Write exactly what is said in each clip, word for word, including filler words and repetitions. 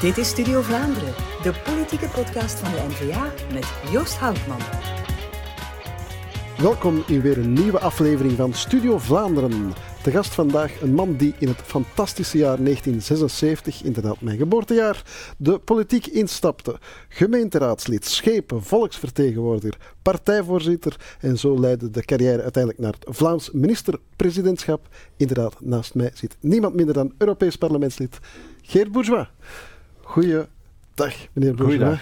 Dit is Studio Vlaanderen, de politieke podcast van de N V A met Joost Houtman. Welkom in weer een nieuwe aflevering van Studio Vlaanderen. Te gast vandaag een man die in het fantastische jaar negentien zesenzeventig, inderdaad mijn geboortejaar, de politiek instapte. Gemeenteraadslid, schepen, volksvertegenwoordiger, partijvoorzitter en zo leidde de carrière uiteindelijk naar het Vlaams ministerpresidentschap. Inderdaad, naast mij zit niemand minder dan Europees parlementslid Geert Bourgeois. Goeiedag, meneer Bourgeois.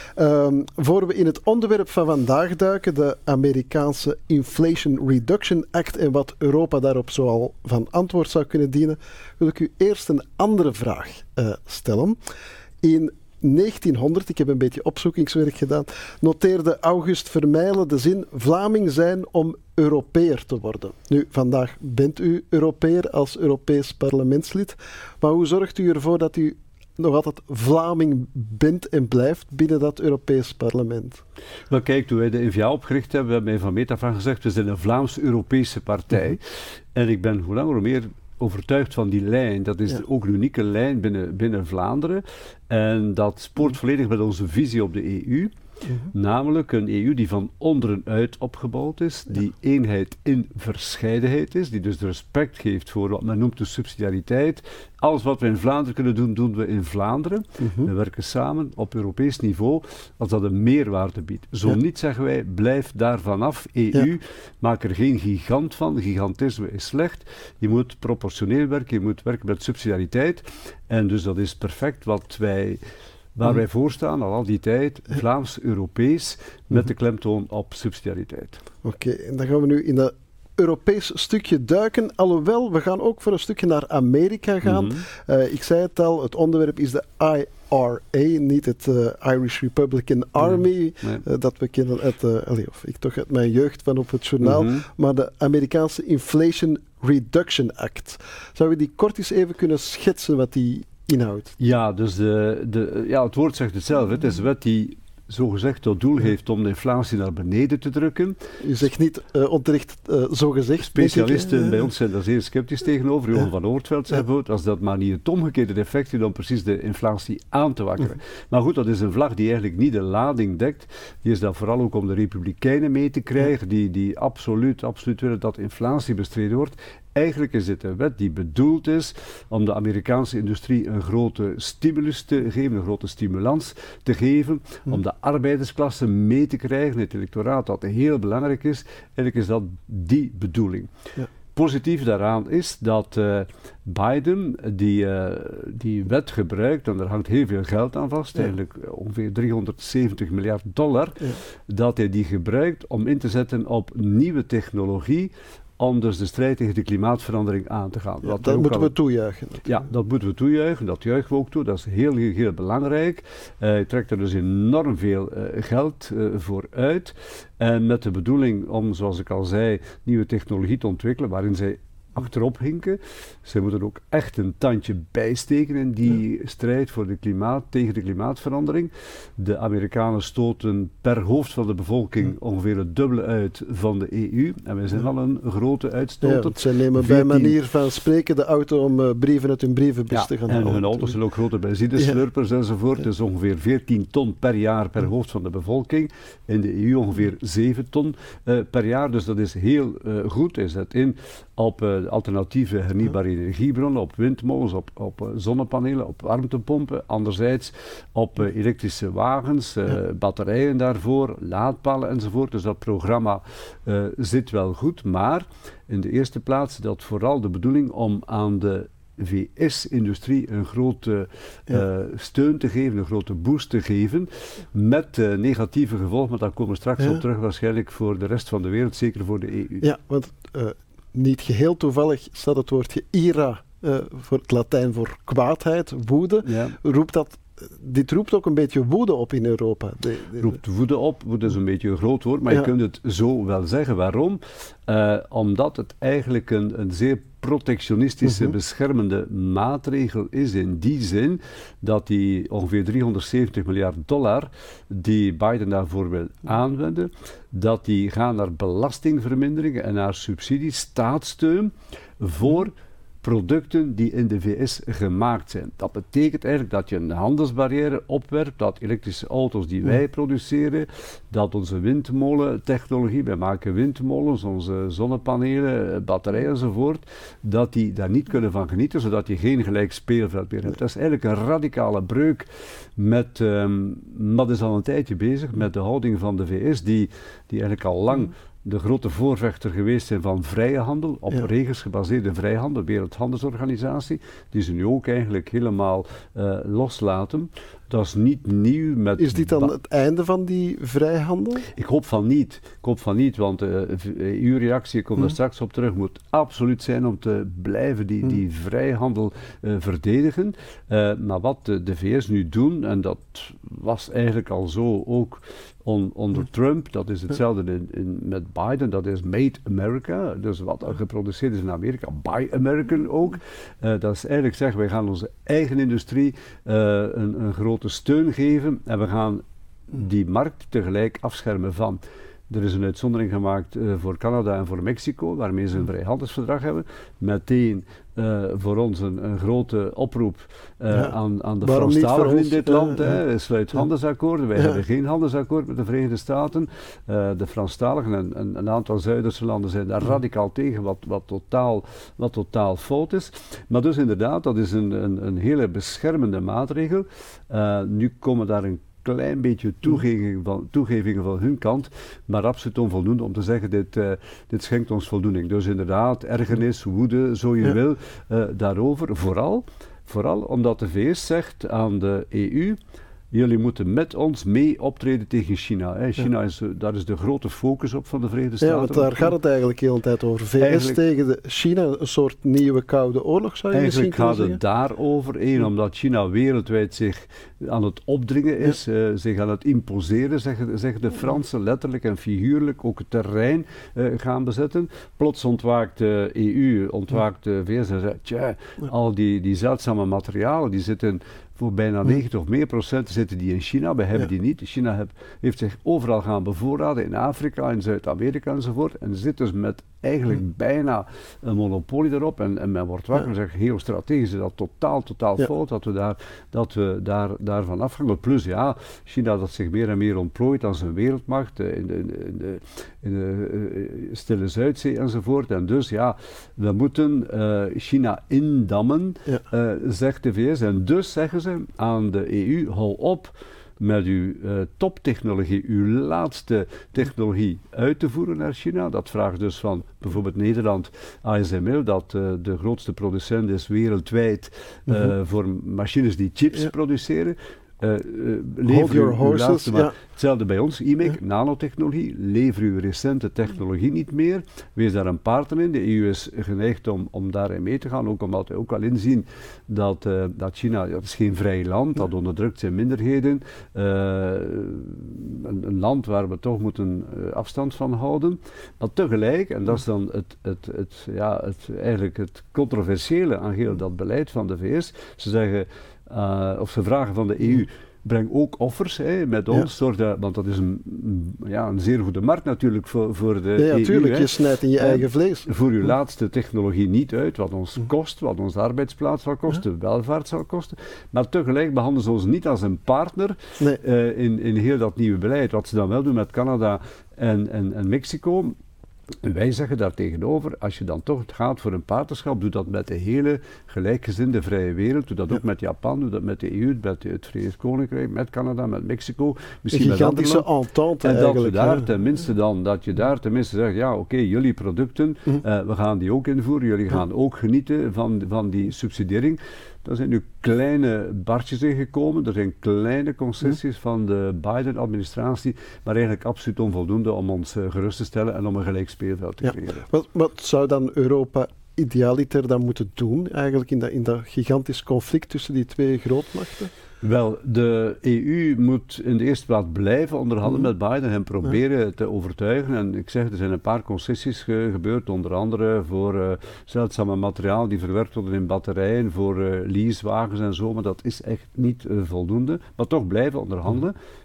Um, voor we in het onderwerp van vandaag duiken, de Amerikaanse Inflation Reduction Act en wat Europa daarop zoal van antwoord zou kunnen dienen, wil ik u eerst een andere vraag uh, stellen. In negentienhonderd, ik heb een beetje opzoekingswerk gedaan, noteerde August Vermijlen de zin Vlaming zijn om Europeer te worden. Nu, vandaag bent u Europeer als Europees parlementslid, maar hoe zorgt u ervoor dat u nog altijd Vlaming bent en blijft binnen dat Europees parlement? Wel kijk, toen wij de N V A opgericht hebben, hebben wij van meet af aan gezegd, we zijn een Vlaams-Europese partij. Mm-hmm. En ik ben hoe langer hoe meer overtuigd van die lijn. Dat is ja. ook een unieke lijn binnen, binnen Vlaanderen. En dat spoort volledig met onze visie op de E U. Mm-hmm. Namelijk een E U die van onderuit opgebouwd is, ja. die eenheid in verscheidenheid is, die dus respect geeft voor wat men noemt de subsidiariteit. Alles wat we in Vlaanderen kunnen doen, doen we in Vlaanderen. Mm-hmm. We werken samen op Europees niveau als dat een meerwaarde biedt. Zo ja. niet zeggen wij, blijf daar vanaf. E U, ja. maak er geen gigant van. Gigantisme is slecht. Je moet proportioneel werken, je moet werken met subsidiariteit. En dus dat is perfect wat wij... Waar mm. wij voor staan, al al die tijd, Vlaams-Europees, met de klemtoon op subsidiariteit. Oké, okay, en dan gaan we nu in dat Europees stukje duiken. Alhoewel, we gaan ook voor een stukje naar Amerika gaan. Mm-hmm. Uh, ik zei het al, het onderwerp is de I R A, niet het uh, Irish Republican Army, nee. Nee. Uh, dat we kennen uit, uh, allee, of ik toch uit mijn jeugd van op het journaal, mm-hmm. maar de Amerikaanse Inflation Reduction Act. Zou je die kort eens even kunnen schetsen wat die inhoud? Ja, dus de, de, ja, het woord zegt het zelf. Het is een wet die zogezegd tot doel heeft om de inflatie naar beneden te drukken. U zegt niet uh, onterecht uh, zogezegd. Specialisten bij ons zijn daar zeer sceptisch tegenover. Johan van Oortveld zei bijvoorbeeld, als dat maar niet het omgekeerde effect is om precies de inflatie aan te wakkeren. Ja. Maar goed, dat is een vlag die eigenlijk niet de lading dekt. Die is dat vooral ook om de Republikeinen mee te krijgen, die, die absoluut, absoluut willen dat inflatie bestreden wordt. Eigenlijk is dit een wet die bedoeld is om de Amerikaanse industrie een grote stimulus te geven, een grote stimulans te geven, hm. om de arbeidersklasse mee te krijgen, het electoraat dat heel belangrijk is. Eigenlijk is dat die bedoeling. Ja. Positief daaraan is dat uh, Biden die, uh, die wet gebruikt, en daar hangt heel veel geld aan vast, ja. eigenlijk ongeveer driehonderdzeventig miljard dollar, ja. dat hij die gebruikt om in te zetten op nieuwe technologie, om dus de strijd tegen de klimaatverandering aan te gaan. Ja, dat moeten al... we toejuichen. Ja, dat moeten we toejuichen, dat juichen we ook toe, dat is heel, heel, heel belangrijk. Uh, hij trekt er dus enorm veel uh, geld uh, voor uit. En met de bedoeling om, zoals ik al zei, nieuwe technologie te ontwikkelen, waarin zij achterop hinken. Zij moeten ook echt een tandje bijsteken in die ja. strijd voor de klimaat, tegen de klimaatverandering. De Amerikanen stoten per hoofd van de bevolking ja. ongeveer het dubbele uit van de E U. En wij zijn ja. al een grote uitstoter. Ja, zij nemen veertien... bij manier van spreken de auto om uh, brieven uit hun brievenbus ja, te gaan en halen. En hun auto's zijn ook grote benzineslurpers ja. enzovoort. Ja. Dus ongeveer veertien ton per jaar per hoofd van de bevolking. In de E U ongeveer zeven ton uh, per jaar. Dus dat is heel uh, goed. Hij zet in op uh, alternatieve hernieuwbare energiebronnen, op windmolens, op, op uh, zonnepanelen, op warmtepompen. Anderzijds op uh, elektrische wagens, uh, ja. batterijen daarvoor, laadpalen enzovoort. Dus dat programma uh, zit wel goed. Maar in de eerste plaats dat vooral de bedoeling om aan de V S-industrie een grote uh, ja. steun te geven, een grote boost te geven, met uh, negatieve gevolgen, maar daar komen we straks ja. op terug waarschijnlijk voor de rest van de wereld, zeker voor de E U. Ja, want uh, niet geheel toevallig staat het woordje ira, uh, voor het Latijn voor kwaadheid, woede, ja. roept dat, dit roept ook een beetje woede op in Europa. De, de, roept woede op, woede is een beetje een groot woord, maar ja. je kunt het zo wel zeggen. Waarom? Uh, omdat het eigenlijk een, een zeer protectionistische, uh-huh. beschermende maatregel is, in die zin dat die ongeveer driehonderdzeventig miljard dollar die Biden daarvoor wil aanwenden, dat die gaan naar belastingverminderingen en naar subsidies, staatssteun voor producten die in de V S gemaakt zijn. Dat betekent eigenlijk dat je een handelsbarrière opwerpt, dat elektrische auto's die wij produceren, dat onze windmolentechnologie, wij maken windmolens, onze zonnepanelen, batterijen enzovoort, dat die daar niet kunnen van genieten, zodat je geen gelijk speelveld meer hebt. Dat is eigenlijk een radicale breuk met, um, dat is al een tijdje bezig, met de houding van de V S, die, die eigenlijk al lang de grote voorvechter geweest zijn van vrije handel, op ja. regels gebaseerde vrijhandel, Wereldhandelsorganisatie, die ze nu ook eigenlijk helemaal uh, loslaten. Dat is niet nieuw. Met is dit dan het einde van die vrijhandel? Ik hoop van niet. Ik hoop van niet, want de uh, E U-reactie, ik kom hmm. er straks op terug, moet absoluut zijn om te blijven die, hmm. die vrijhandel uh, verdedigen. Uh, maar wat de, de V S nu doen, en dat was eigenlijk al zo ook on, onder Trump, dat is hetzelfde in, in, met Biden, dat is Made America, dus wat er geproduceerd is in Amerika, Buy American ook. Uh, dat is eigenlijk zeggen, wij gaan onze eigen industrie uh, een, een grote steun geven en we gaan die markt tegelijk afschermen van. Er is een uitzondering gemaakt uh, voor Canada en voor Mexico, waarmee ze een vrijhandelsverdrag hebben. Meteen uh, voor ons een, een grote oproep uh, ja. aan, aan de Franstaligen in dit land. Ja, ja. Hè. Sluit ja. handelsakkoorden. Wij ja. hebben geen handelsakkoord met de Verenigde Staten. Uh, de Franstaligen en, en een aantal Zuiderse landen zijn daar ja. radicaal tegen, wat, wat, totaal, wat totaal fout is. Maar dus inderdaad, dat is een, een, een hele beschermende maatregel. Uh, nu komen daar een klein beetje toegevingen van, toegevingen van hun kant, maar absoluut onvoldoende om te zeggen, dit, uh, dit schenkt ons voldoening. Dus inderdaad, ergernis, woede, zo je ja. wil, uh, daarover. Vooral, vooral omdat de V S zegt aan de E U, jullie moeten met ons mee optreden tegen China. Hè. China ja. is, daar is de grote focus op van de Verenigde Staten. Ja, want daar gaat het eigenlijk heel de tijd over. V S eigenlijk, tegen de China, een soort nieuwe koude oorlog, zou je misschien kunnen zeggen? Eigenlijk gaat het daarover. Eén, ja. omdat China wereldwijd zich aan het opdringen is, ja. uh, zich aan het imposeren, zeggen, zeggen de Fransen letterlijk en figuurlijk, ook het terrein uh, gaan bezetten. Plots ontwaakt de E U, ontwaakt de V S en zegt, tja, ja. al die, die zeldzame materialen, die zitten voor bijna negentig of meer procent zitten die in China, wij hebben ja. die niet. China heb, heeft zich overal gaan bevoorraden, in Afrika, in Zuid-Amerika enzovoort, en zit dus met eigenlijk ja. bijna een monopolie daarop, en, en men wordt wakker en zegt, geostrategisch is dat totaal, totaal ja. fout, dat we, daar, dat we daar, daarvan afgaan. Plus ja, China dat zich meer en meer ontplooit als een wereldmacht, in de, in de, in de uh, Stille Zuidzee enzovoort, en dus ja, we moeten uh, China indammen, ja. uh, zegt de V S, en dus zeggen ze aan de E U, hou op met uw uh, toptechnologie, uw laatste technologie uit te voeren naar China. Dat vraagt dus van bijvoorbeeld Nederland, A S M L, dat uh, de grootste producent is wereldwijd uh, mm-hmm. voor machines die chips ja. produceren. Uh, uh, lever your horses, laatste, maar ja. hetzelfde bij ons, I M E C, ja. nanotechnologie, lever uw recente technologie niet meer, wees daar een partner in. De E U is geneigd om, om daarin mee te gaan, ook omdat we ook al inzien dat, uh, dat China, dat is geen vrij land, dat onderdrukt zijn minderheden, uh, een, een land waar we toch moeten uh, afstand van houden, maar tegelijk, en dat is dan het, het, het, ja, het, eigenlijk het controversiële aan heel dat beleid van de V S, ze zeggen, Uh, of ze vragen van de E U, breng ook offers hè, met ons, ja. dat, want dat is een, ja, een zeer goede markt natuurlijk voor, voor de ja, E U. Ja, natuurlijk, je snijdt in je en eigen vlees. Voer uw laatste technologie niet uit, wat ons kost, wat onze arbeidsplaats zal kosten, ja. welvaart zal kosten, maar tegelijk behandelen ze ons niet als een partner nee. uh, in, in heel dat nieuwe beleid. Wat ze dan wel doen met Canada en, en, en Mexico. Wij zeggen daar tegenover, als je dan toch gaat voor een partnerschap, doe dat met de hele gelijkgezinde vrije wereld, doe dat ja. ook met Japan, doe dat met de E U, met het Verenigd Koninkrijk, met Canada, met Mexico, misschien een gigantische met entente en eigenlijk. dat je daar ja. tenminste dan, dat je daar tenminste zegt, ja oké, okay, jullie producten, mm. uh, we gaan die ook invoeren, jullie gaan ja. ook genieten van, van die subsidiëring. Er zijn nu kleine barstjes ingekomen, er zijn kleine concessies mm. van de Biden-administratie, maar eigenlijk absoluut onvoldoende om ons uh, gerust te stellen en om een gelijk speelveld te ja. creëren. Wat, wat zou dan Europa idealiter dan moeten doen, eigenlijk in dat, in dat gigantisch conflict tussen die twee grootmachten? Wel, de E U moet in de eerste plaats blijven onderhandelen mm. met Biden en proberen ja. te overtuigen. En ik zeg, er zijn een paar concessies ge- gebeurd, onder andere voor uh, zeldzame materiaal die verwerkt worden in batterijen, voor uh, leasewagens en zo, maar dat is echt niet uh, voldoende. Maar toch blijven onderhandelen. Mm.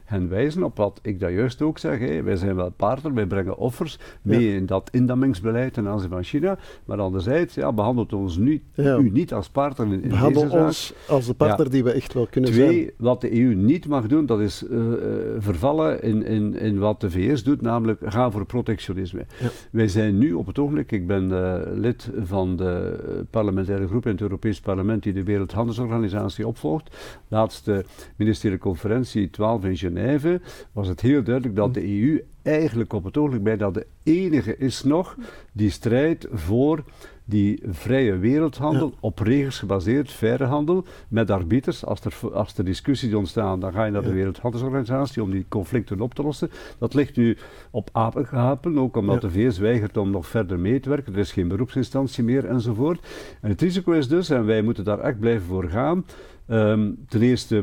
hen wijzen op wat ik daar juist ook zeg. Hè. Wij zijn wel partner, wij brengen offers mee ja. in dat indammingsbeleid ten aanzien van China, maar anderzijds ja, behandelt ons nu, ja. u niet als partner in, in Behandel deze zaak. ons als de partner ja. die we echt wel kunnen Twee, zijn. wat de E U niet mag doen, dat is uh, vervallen in, in, in wat de V S doet, namelijk gaan voor protectionisme. Ja. Wij zijn nu op het ogenblik, ik ben uh, lid van de parlementaire groep in het Europees Parlement die de Wereldhandelsorganisatie opvolgt. Laatste ministeriële conferentie twaalf in Genève was het heel duidelijk dat de E U eigenlijk op het ogenblik bijna de enige is nog die strijdt voor die vrije wereldhandel, ja. op regels gebaseerd, faire handel, met arbiters. Als er, als er discussies ontstaan, dan ga je naar de ja. Wereldhandelsorganisatie om die conflicten op te lossen. Dat ligt nu op apengapen, ook omdat ja. de V S weigert om nog verder mee te werken. Er is geen beroepsinstantie meer, enzovoort. En het risico is dus, en wij moeten daar echt blijven voor gaan, um, ten eerste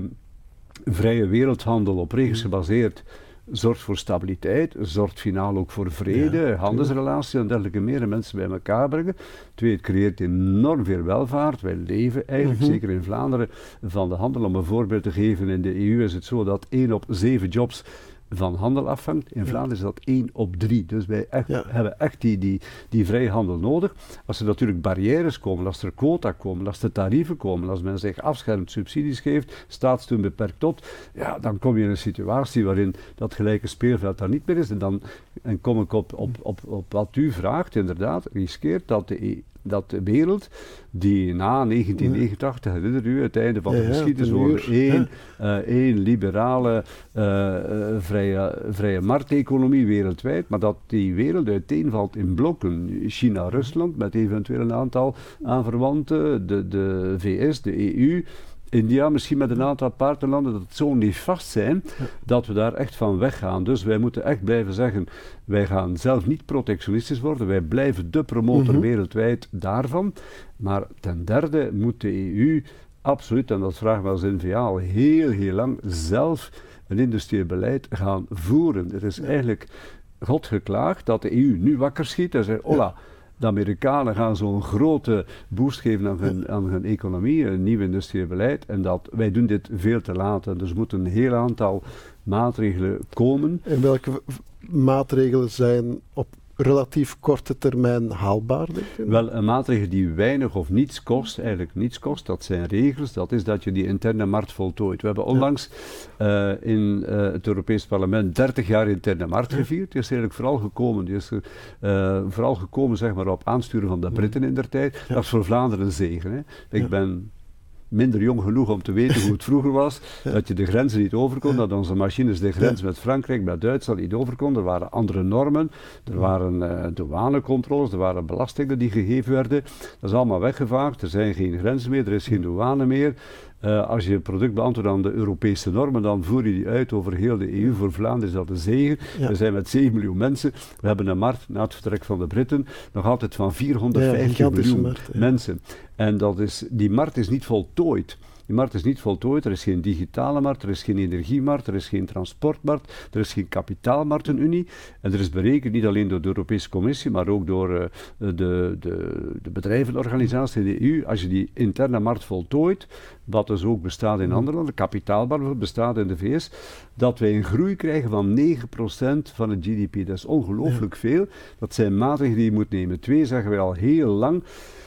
vrije wereldhandel op regels gebaseerd, zorgt voor stabiliteit, zorgt finaal ook voor vrede, ja, handelsrelaties en dergelijke meer en mensen bij elkaar brengen. Twee, het creëert enorm veel welvaart. Wij leven eigenlijk, mm-hmm. zeker in Vlaanderen, van de handel. Om een voorbeeld te geven, in de E U is het zo dat één op zeven jobs van handel afhangt. In Vlaanderen is dat één op drie. Dus wij echt, ja. hebben echt die, die, die vrije handel nodig. Als er natuurlijk barrières komen, als er quota komen, als er tarieven komen, als men zich afschermt, subsidies geeft, staatssteun beperkt tot, ja, dan kom je in een situatie waarin dat gelijke speelveld daar niet meer is. En dan en kom ik op, op, op, op wat u vraagt, inderdaad, riskeert dat de E U dat de wereld, die na negentien negenentachtig, herinner u, het einde van de ja, geschiedenis, over één, ja. uh, één liberale, uh, uh, vrije, vrije markteconomie wereldwijd, maar dat die wereld uiteenvalt in blokken. China, Rusland, met eventueel een aantal aanverwanten, de, de V S, de E U, India, misschien met een aantal partnerlanden, dat het zo nefast zijn, ja. dat we daar echt van weggaan. Dus wij moeten echt blijven zeggen, wij gaan zelf niet protectionistisch worden, wij blijven de promotor mm-hmm. wereldwijd daarvan. Maar ten derde moet de E U absoluut, en dat vragen we als N V A al heel, heel lang, zelf een industrieel beleid gaan voeren. Er is ja. eigenlijk God geklaagd dat de E U nu wakker schiet en zegt, hola, ja. de Amerikanen gaan zo'n grote boost geven aan hun, aan hun economie, een nieuw industrieel beleid, en dat wij doen dit veel te laat. En dus moeten een heel aantal maatregelen komen. En welke v- maatregelen zijn op relatief korte termijn haalbaar, denk je? Wel, een maatregel die weinig of niets kost, eigenlijk niets kost, dat zijn regels, dat is dat je die interne markt voltooit. We hebben onlangs ja. uh, in uh, het Europees Parlement dertig jaar interne markt gevierd. Die is eigenlijk vooral gekomen, die is uh, vooral gekomen zeg maar, op aansturen van de Britten in der tijd. Ja. Dat is voor Vlaanderen een zegen. Hè. Ik ja. ben minder jong genoeg om te weten hoe het vroeger was, ja. dat je de grenzen niet over kon, dat onze machines de grens ja. met Frankrijk, met Duitsland niet over konden. Er waren andere normen, er waren uh, douanecontroles, er waren belastingen die gegeven werden. Dat is allemaal weggevaagd, er zijn geen grenzen meer, er is geen douane meer. Uh, als je een product beantwoordt aan de Europese normen, dan voer je die uit over heel de E U. Voor Vlaanderen is dat een zegen. Ja. We zijn met zeven miljoen mensen. We hebben een markt, na het vertrek van de Britten, nog altijd van vierhonderdvijftig ja, miljoen markt, ja. mensen. En dat is, die markt is niet voltooid. Die markt is niet voltooid, er is geen digitale markt, er is geen energiemarkt, er is geen transportmarkt, er is geen kapitaalmarktenunie. En er is berekend, niet alleen door de Europese Commissie, maar ook door uh, de, de, de bedrijvenorganisatie in de E U. Als je die interne markt voltooit, wat dus ook bestaat in andere landen, kapitaalmarkt bestaat in de V S, dat wij een groei krijgen van negen procent van het G D P. Dat is ongelooflijk ja. veel. Dat zijn maatregelen die je moet nemen. Twee zeggen wij al heel lang.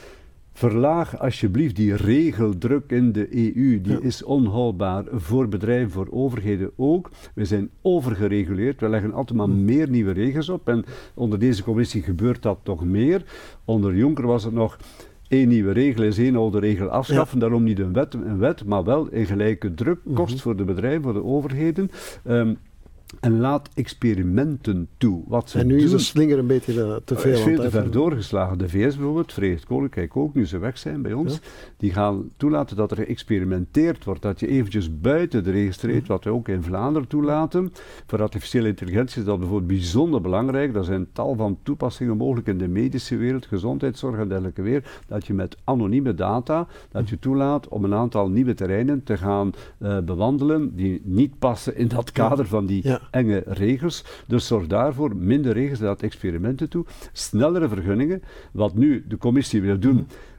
Verlaag alsjeblieft die regeldruk in de E U. Die ja. is onhoudbaar voor bedrijven, voor overheden ook. We zijn overgereguleerd. We leggen altijd maar meer nieuwe regels op. En onder deze commissie gebeurt dat nog meer. Onder Juncker was het nog één nieuwe regel is één oude regel afschaffen. Ja. Daarom niet een wet, een wet, maar wel een gelijke druk. Kost mm-hmm. voor de bedrijven, voor de overheden. Um, En laat experimenten toe. Wat ze en nu doen, is de slinger een beetje uh, te veel. is veel te ver doorgeslagen. De V S bijvoorbeeld, het Verenigd Koninkrijk ook, nu ze weg zijn bij ons, ja. die gaan toelaten dat er geëxperimenteerd wordt, dat je eventjes buiten de regels treedt, wat we ook in Vlaanderen toelaten. Voor artificiële intelligentie is dat bijvoorbeeld bijzonder belangrijk. Er zijn tal van toepassingen mogelijk in de medische wereld, gezondheidszorg en dergelijke weer, dat je met anonieme data, dat je toelaat om een aantal nieuwe terreinen te gaan uh, bewandelen, die niet passen in dat kader van die ja. enge regels. Dus zorg daarvoor, minder regels, laat experimenten toe, snellere vergunningen. Wat nu de commissie wil doen,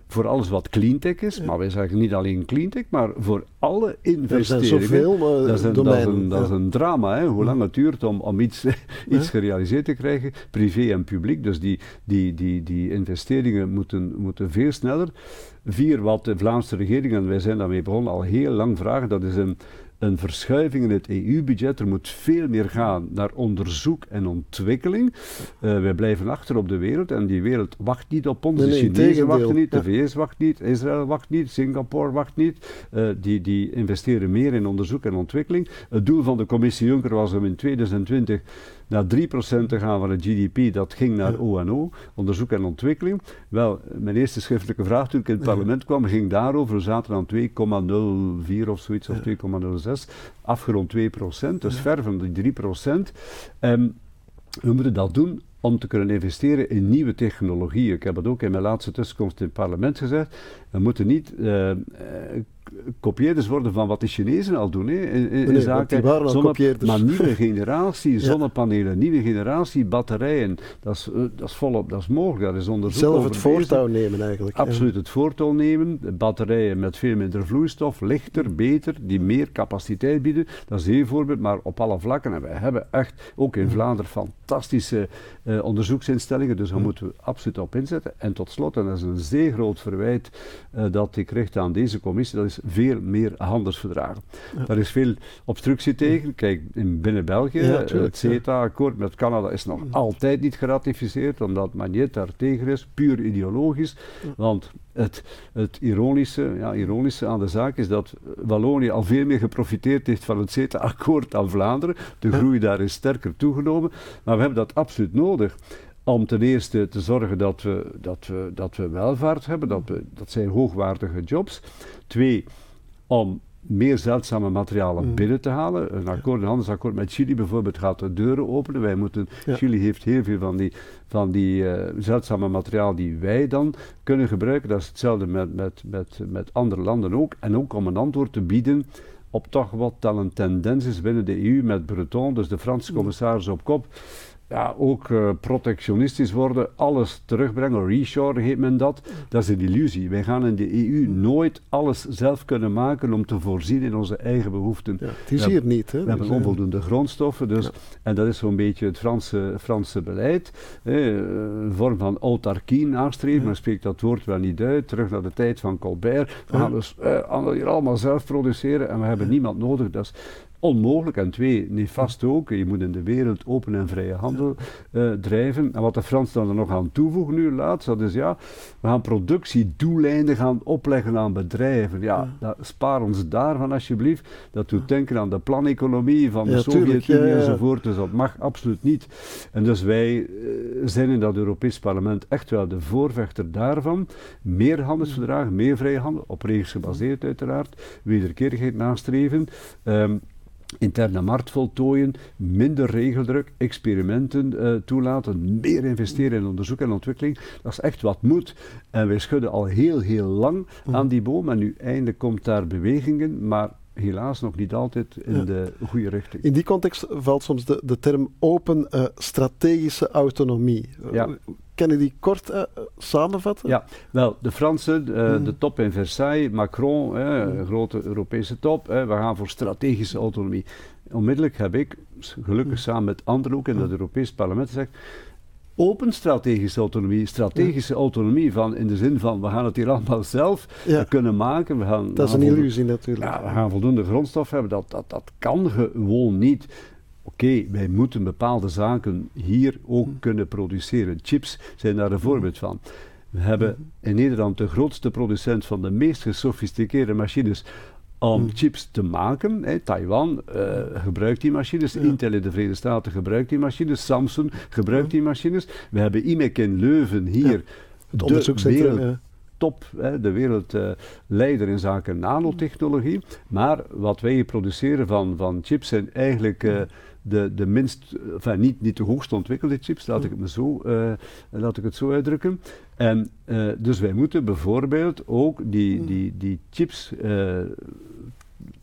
voor alles wat cleantech is, ja. maar wij zeggen niet alleen cleantech, maar voor alle investeringen. Er zijn zoveel uh, dat, is een, domeinen. dat, is een, dat is een drama, hè, hoe lang het duurt om, om iets, iets ja. gerealiseerd te krijgen, privé en publiek. Dus die, die, die, die investeringen moeten, moeten veel sneller. Vier, wat de Vlaamse regering, en wij zijn daarmee begonnen, al heel lang vragen, dat is een een verschuiving in het E U-budget. Er moet veel meer gaan naar onderzoek en ontwikkeling. Uh, wij blijven achter op de wereld en die wereld wacht niet op ons. Nee, nee, de Chinezen wachten niet, de ja. V S wacht niet, Israël wacht niet, Singapore wacht niet. Uh, die, die investeren meer in onderzoek en ontwikkeling. Het doel van de commissie Juncker was om in tweeduizend twintig naar drie procent te gaan van het G D P. Dat ging naar O en O, onderzoek en ontwikkeling. Wel, mijn eerste schriftelijke vraag toen ik in het parlement kwam, ging daarover. We zaten aan twee komma nul vier of zoiets, of twee komma nul zes. Afgerond twee procent, dus ja. ver van die drie procent. Um, we moeten dat doen om te kunnen investeren in nieuwe technologieën. Ik heb het ook in mijn laatste tussenkomst in het parlement gezegd. We moeten niet uh, uh, kopieerders worden van wat de Chinezen al doen. Hè, in, in nee, zaken zonne, maar nieuwe generatie ja. zonnepanelen, nieuwe generatie batterijen. Dat is, uh, dat is volop, dat is mogelijk. Dat is onderzoek. Zelf het voortouw nemen eigenlijk. Absoluut ja. het voortouw nemen. Batterijen met veel minder vloeistof, lichter, beter, die meer capaciteit bieden. Dat is één voorbeeld, maar op alle vlakken. En wij hebben echt, ook in Vlaanderen, fantastische uh, onderzoeksinstellingen. Dus daar moeten we absoluut op inzetten. En tot slot, en dat is een zeer groot verwijt uh, dat ik richt aan deze commissie, dat is veel meer handelsverdragen. Ja. Daar is veel obstructie tegen. Kijk, in binnen België, ja, tuurlijk, het CETA-akkoord met Canada is nog ja. altijd niet geratificeerd, omdat Magnet daar tegen is, puur ideologisch. Ja. Want het, het ironische, ja, ironische aan de zaak is dat Wallonië al veel meer geprofiteerd heeft van het CETA-akkoord dan Vlaanderen. De groei ja. daar is sterker toegenomen, maar we hebben dat absoluut nodig. Om ten eerste te zorgen dat we, dat we, dat we welvaart hebben, dat, we, dat zijn hoogwaardige jobs. Twee, om meer zeldzame materialen mm. binnen te halen. Een akkoord, een handelsakkoord met Chili bijvoorbeeld gaat de deuren openen. Wij moeten, ja. Chili heeft heel veel van die, van die uh, zeldzame materiaal die wij dan kunnen gebruiken. Dat is hetzelfde met, met, met, met andere landen ook. En ook om een antwoord te bieden op toch wat dan een tendens is binnen de E U met Breton, dus de Franse commissaris op kop. Ja, ook uh, protectionistisch worden, alles terugbrengen, reshore heet men dat. Dat is een illusie. Wij gaan in de E U nooit alles zelf kunnen maken om te voorzien in onze eigen behoeften. Ja, het is hier niet. Hè? We dus hebben onvoldoende grondstoffen, dus, ja. en dat is zo'n beetje het Franse, Franse beleid. Eh, een vorm van autarkie nastreven, ja. maar spreekt dat woord wel niet uit. Terug naar de tijd van Colbert. We gaan ja. dus uh, hier allemaal zelf produceren en we hebben ja. niemand nodig. Dat is onmogelijk. En twee, nefast ook. Je moet in de wereld open en vrije handel uh, drijven. En wat de Fransen dan er nog aan toevoegen nu laatst, dat is ja, we gaan productiedoeleinden gaan opleggen aan bedrijven. Ja, ja. Dat, spaar ons daarvan alsjeblieft. Dat doet denken aan de planeconomie van de ja, Sovjet-Unie ja, ja. enzovoort. Dus dat mag absoluut niet. En dus wij uh, zijn in dat Europees Parlement echt wel de voorvechter daarvan. Meer handelsverdragen, meer vrije handel, op regels gebaseerd uiteraard. Wederkerigheid nastreven. Um, Interne markt voltooien, minder regeldruk, experimenten uh, toelaten, meer investeren in onderzoek en ontwikkeling. Dat is echt wat moet. En wij schudden al heel, heel lang aan die boom en nu eindelijk komt daar beweging in, maar helaas nog niet altijd in ja. de goede richting. In die context valt soms de, de term open uh, strategische autonomie. Ja. Kan je die kort uh, samenvatten? Ja, wel, de Fransen, uh, mm. de top in Versailles, Macron, uh, een grote Europese top, uh, we gaan voor strategische autonomie. Onmiddellijk heb ik, gelukkig mm. samen met anderen ook in mm. het Europees Parlement gezegd, open strategische autonomie, strategische ja. autonomie van, in de zin van, we gaan het hier allemaal zelf ja. kunnen maken. We gaan, dat is een illusie natuurlijk. Ja, we gaan voldoende grondstof hebben, dat, dat, dat kan gewoon niet. Oké, okay, wij moeten bepaalde zaken hier ook mm. kunnen produceren. Chips zijn daar een voorbeeld van. We hebben in Nederland de grootste producent van de meest gesofisticeerde machines om mm. chips te maken. Hey, Taiwan uh, gebruikt die machines, ja. Intel in de Verenigde Staten gebruikt die machines, Samsung gebruikt ja. die machines. We hebben I M E C in Leuven hier, ja. het onderzoekscentrum, ja. top, hè, de wereldleider uh, in zaken nanotechnologie. Maar wat wij hier produceren van, van chips zijn eigenlijk uh, de, de minst, enfin, niet, niet de hoogst ontwikkelde chips, laat ik het, me zo, uh, laat ik het zo uitdrukken. En uh, dus wij moeten bijvoorbeeld ook die, die, die chips uh,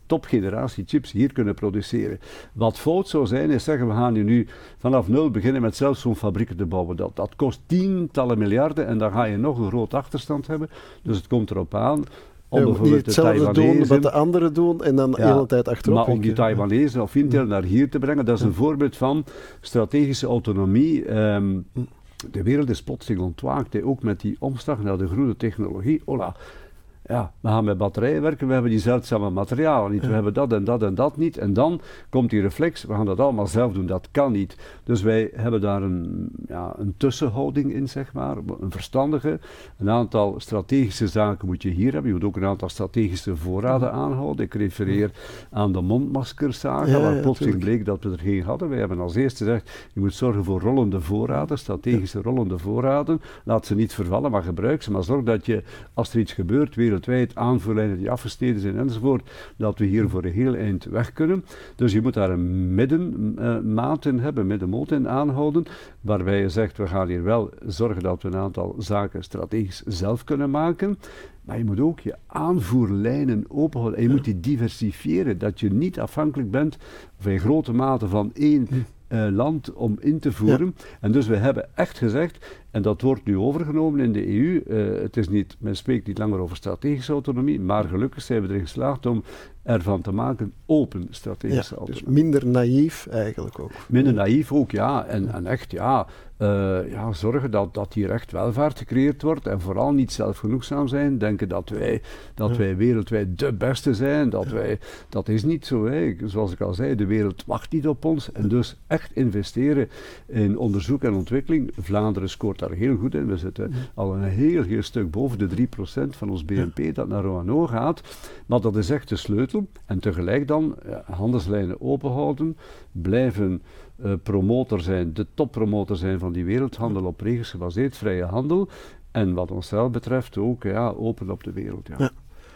topgeneratie chips hier kunnen produceren. Wat fout zou zijn, is zeggen we gaan hier nu vanaf nul beginnen met zelfs zo'n fabriek te bouwen. Dat, dat kost tientallen miljarden en dan ga je nog een groot achterstand hebben. Dus het komt erop aan om ja, bijvoorbeeld niet hetzelfde de Taiwanezen, doen wat de anderen doen en dan de ja, hele tijd achterop. maar om die Taiwanezen of Intel naar hier te brengen, dat is een Ja. voorbeeld van strategische autonomie. Um, de wereld is plotseling ontwaakt, hè, ook met die omslag naar de groene technologie. Hola. Ja, we gaan met batterijen werken, we hebben die zeldzame materialen niet, Ja. we hebben dat en dat en dat niet. En dan komt die reflex, we gaan dat allemaal zelf doen, dat kan niet. Dus wij hebben daar een, ja, een tussenhouding in, zeg maar, een verstandige. Een aantal strategische zaken moet je hier hebben, je moet ook een aantal strategische voorraden aanhouden. Ik refereer aan de mondmaskerzaken, Ja, waar ja, plotseling tuurlijk. bleek dat we er geen hadden. Wij hebben als eerste gezegd, je moet zorgen voor rollende voorraden, strategische rollende voorraden. Laat ze niet vervallen, maar gebruik ze. Maar zorg dat je, als er iets gebeurt, wereldwijd aanvoerlijnen die afgesneden zijn enzovoort, dat we hier voor een heel eind weg kunnen. Dus je moet daar een middenmaat in hebben, middenmoot in aanhouden, waarbij je zegt, we gaan hier wel zorgen dat we een aantal zaken strategisch zelf kunnen maken. Maar je moet ook je aanvoerlijnen openhouden. En je moet die diversifiëren, dat je niet afhankelijk bent van in grote mate van één uh, land om in te voeren. Ja. En dus we hebben echt gezegd, en dat wordt nu overgenomen in de E U, uh, het is niet, men spreekt niet langer over strategische autonomie, maar gelukkig zijn we erin geslaagd om ervan te maken open strategische ja, autonomie. Dus minder naïef eigenlijk ook. Minder naïef ook, ja. En, en echt, ja, uh, ja, zorgen dat, dat hier echt welvaart gecreëerd wordt en vooral niet zelfgenoegzaam zijn. Denken dat wij, dat ja. wij wereldwijd de beste zijn. Dat, ja. wij, dat is niet zo. Hè. Zoals ik al zei, de wereld wacht niet op ons. En dus echt investeren in onderzoek en ontwikkeling. Vlaanderen scoort daar heel goed in. We zitten ja. al een heel, heel stuk boven de drie procent van ons B N P ja. dat naar O en O gaat. Maar dat is echt de sleutel. En tegelijk dan ja, handelslijnen openhouden, blijven uh, promotor zijn, de toppromotor zijn van die wereldhandel op regels gebaseerd, vrije handel. En wat onszelf betreft ook ja, open op de wereld. Ja. Ja.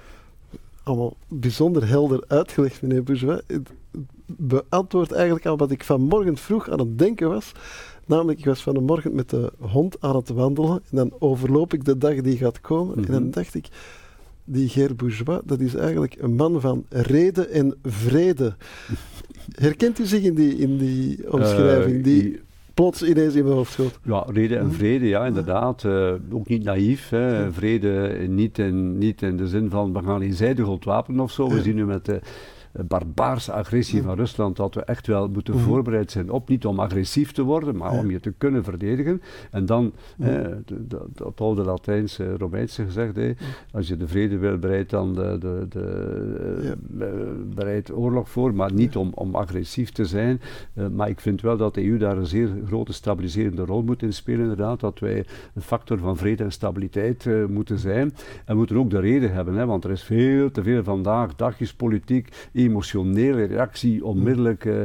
Allemaal bijzonder helder uitgelegd, meneer Bourgeois. Het beantwoordt eigenlijk aan wat ik vanmorgen vroeg aan het denken was. Namelijk, ik was vanmorgen met de hond aan het wandelen en dan overloop ik de dag die gaat komen. Mm-hmm. En dan dacht ik, die Geert Bourgeois, dat is eigenlijk een man van rede en vrede. Herkent u zich in die, in die omschrijving, die, die plots ineens in mijn hoofd schoot? Ja, rede en vrede, ja, inderdaad. Uh, ook niet naïef. Hè. Ja. Vrede niet in, niet in de zin van, we gaan eenzijdig ontwapenen of zo. We ja. zien nu met de barbaarse agressie ja. van Rusland dat we echt wel moeten ja. voorbereid zijn op, niet om agressief te worden, maar ja. om je te kunnen verdedigen. En dan, ja. eh, dat, dat oude Latijnse, Romeinse gezegd, eh, ja. als je de vrede wil, bereid dan de, de, de, ja. uh, bereid oorlog voor, maar niet ja. om, om agressief te zijn. Uh, maar ik vind wel dat de E U daar een zeer grote stabiliserende rol moet in spelen, inderdaad, dat wij een factor van vrede en stabiliteit uh, moeten zijn. En we moeten ook de reden hebben, hè, want er is veel te veel vandaag, dagjespolitiek, emotionele reactie, onmiddellijk uh, uh,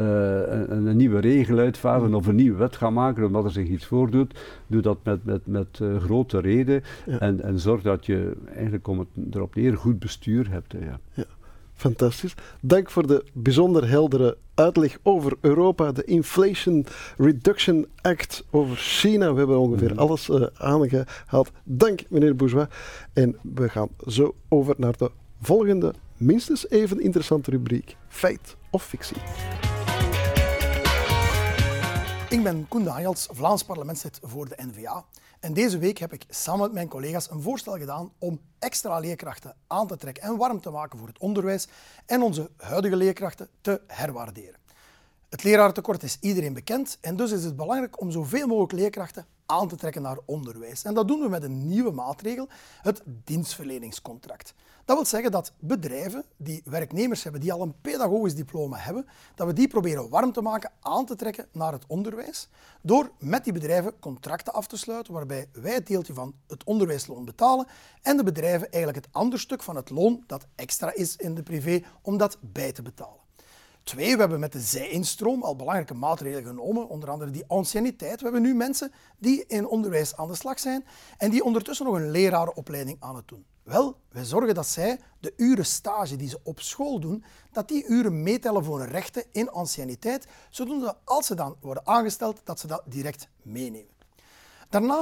een, een nieuwe regel uitvaardigen of een nieuwe wet gaan maken omdat er zich iets voordoet. Doe dat met, met, met uh, grote reden ja. en, en zorg dat je eigenlijk, om het erop neer, goed bestuur hebt. Hè, ja. Ja. Fantastisch. Dank voor de bijzonder heldere uitleg over Europa, de Inflation Reduction Act over China. We hebben ongeveer mm-hmm. alles uh, aangehaald. Dank, meneer Bourgeois. En we gaan zo over naar de volgende, minstens even interessante rubriek. Feit of fictie. Ik ben Koen Daniels, Vlaams parlementslid voor de N V A. En deze week heb ik samen met mijn collega's een voorstel gedaan om extra leerkrachten aan te trekken en warm te maken voor het onderwijs en onze huidige leerkrachten te herwaarderen. Het lerarentekort is iedereen bekend en dus is het belangrijk om zoveel mogelijk leerkrachten aan te trekken naar onderwijs. En dat doen we met een nieuwe maatregel, het dienstverleningscontract. Dat wil zeggen dat bedrijven die werknemers hebben die al een pedagogisch diploma hebben, dat we die proberen warm te maken, aan te trekken naar het onderwijs, door met die bedrijven contracten af te sluiten waarbij wij het deeltje van het onderwijsloon betalen en de bedrijven eigenlijk het andere stuk van het loon dat extra is in de privé, om dat bij te betalen. Twee, we hebben met de zij-instroom al belangrijke maatregelen genomen, onder andere die anciëniteit. We hebben nu mensen die in onderwijs aan de slag zijn en die ondertussen nog een lerarenopleiding aan het doen. Wel, wij zorgen dat zij de uren stage die ze op school doen, dat die uren meetellen voor hun rechten in anciëniteit, zodat als ze dan worden aangesteld, dat ze dat direct meenemen. Daarnaast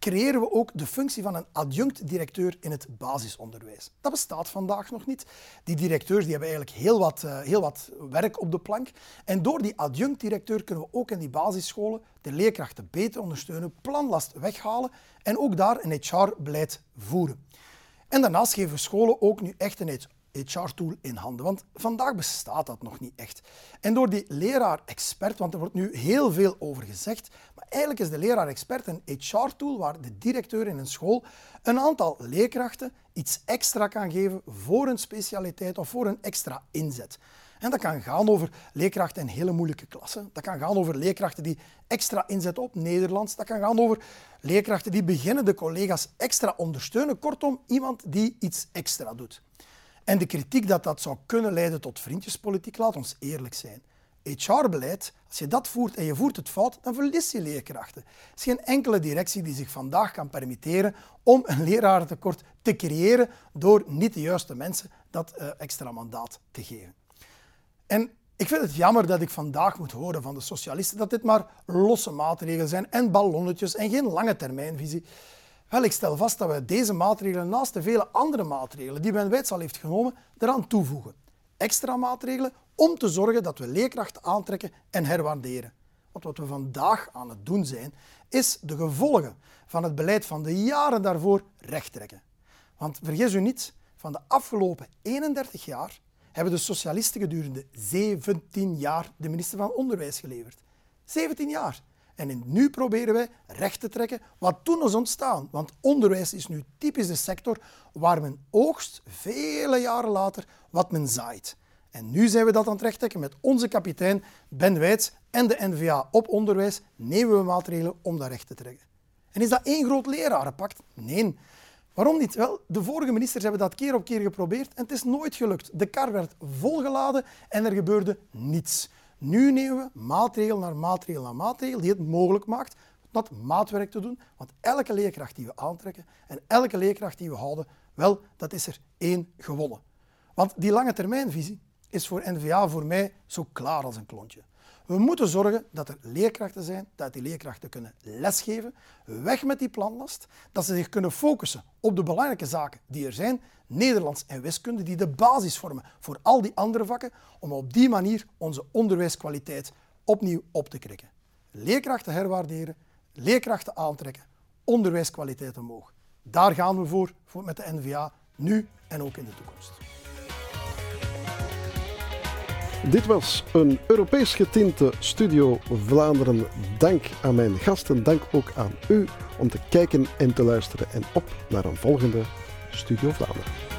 creëren we ook de functie van een adjunct-directeur in het basisonderwijs. Dat bestaat vandaag nog niet. Die directeurs die hebben eigenlijk heel wat, uh, heel wat werk op de plank. En door die adjunct-directeur kunnen we ook in die basisscholen de leerkrachten beter ondersteunen, planlast weghalen en ook daar een H R-beleid voeren. En daarnaast geven we scholen ook nu echt een H R-tool in handen, want vandaag bestaat dat nog niet echt. En door die leraar-expert, want er wordt nu heel veel over gezegd, maar eigenlijk is de leraar-expert een H R-tool waar de directeur in een school een aantal leerkrachten iets extra kan geven voor een specialiteit of voor een extra inzet. En dat kan gaan over leerkrachten in hele moeilijke klassen. Dat kan gaan over leerkrachten die extra inzetten op Nederlands. Dat kan gaan over leerkrachten die beginnende collega's extra ondersteunen. Kortom, iemand die iets extra doet. En de kritiek dat dat zou kunnen leiden tot vriendjespolitiek, laat ons eerlijk zijn. H R-beleid, als je dat voert en je voert het fout, dan verlies je leerkrachten. Er is geen enkele directie die zich vandaag kan permitteren om een lerarentekort te creëren door niet de juiste mensen dat uh, extra mandaat te geven. En ik vind het jammer dat ik vandaag moet horen van de socialisten dat dit maar losse maatregelen zijn en ballonnetjes en geen lange termijnvisie. Wel, ik stel vast dat we deze maatregelen naast de vele andere maatregelen die Men Wijts al heeft genomen, eraan toevoegen. Extra maatregelen om te zorgen dat we leerkrachten aantrekken en herwaarderen. Want wat we vandaag aan het doen zijn, is de gevolgen van het beleid van de jaren daarvoor rechttrekken. Want vergis u niet, van de afgelopen eenendertig jaar hebben de socialisten gedurende zeventien jaar de minister van Onderwijs geleverd. zeventien jaar. En nu proberen wij recht te trekken wat toen is ontstaan. Want onderwijs is nu typisch de sector waar men oogst, vele jaren later, wat men zaait. En nu zijn we dat aan het rechttrekken met onze kapitein Ben Wijts en de N V A op onderwijs nemen we maatregelen om dat recht te trekken. En is dat één groot lerarenpact? Nee. Waarom niet? Wel, de vorige ministers hebben dat keer op keer geprobeerd en het is nooit gelukt. De kar werd volgeladen en er gebeurde niets. Nu nemen we maatregel na maatregel na maatregel die het mogelijk maakt dat maatwerk te doen. Want elke leerkracht die we aantrekken en elke leerkracht die we houden, wel, dat is er één gewonnen. Want die lange termijnvisie is voor N V A voor mij zo klaar als een klontje. We moeten zorgen dat er leerkrachten zijn, dat die leerkrachten kunnen lesgeven, weg met die planlast, dat ze zich kunnen focussen op de belangrijke zaken die er zijn, Nederlands en wiskunde, die de basis vormen voor al die andere vakken, om op die manier onze onderwijskwaliteit opnieuw op te krikken. Leerkrachten herwaarderen, leerkrachten aantrekken, onderwijskwaliteit omhoog. Daar gaan we voor, voor met de N V A, nu en ook in de toekomst. Dit was een Europees getinte Studio Vlaanderen. Dank aan mijn gasten, dank ook aan u om te kijken en te luisteren. En op naar een volgende Studio Vlaanderen.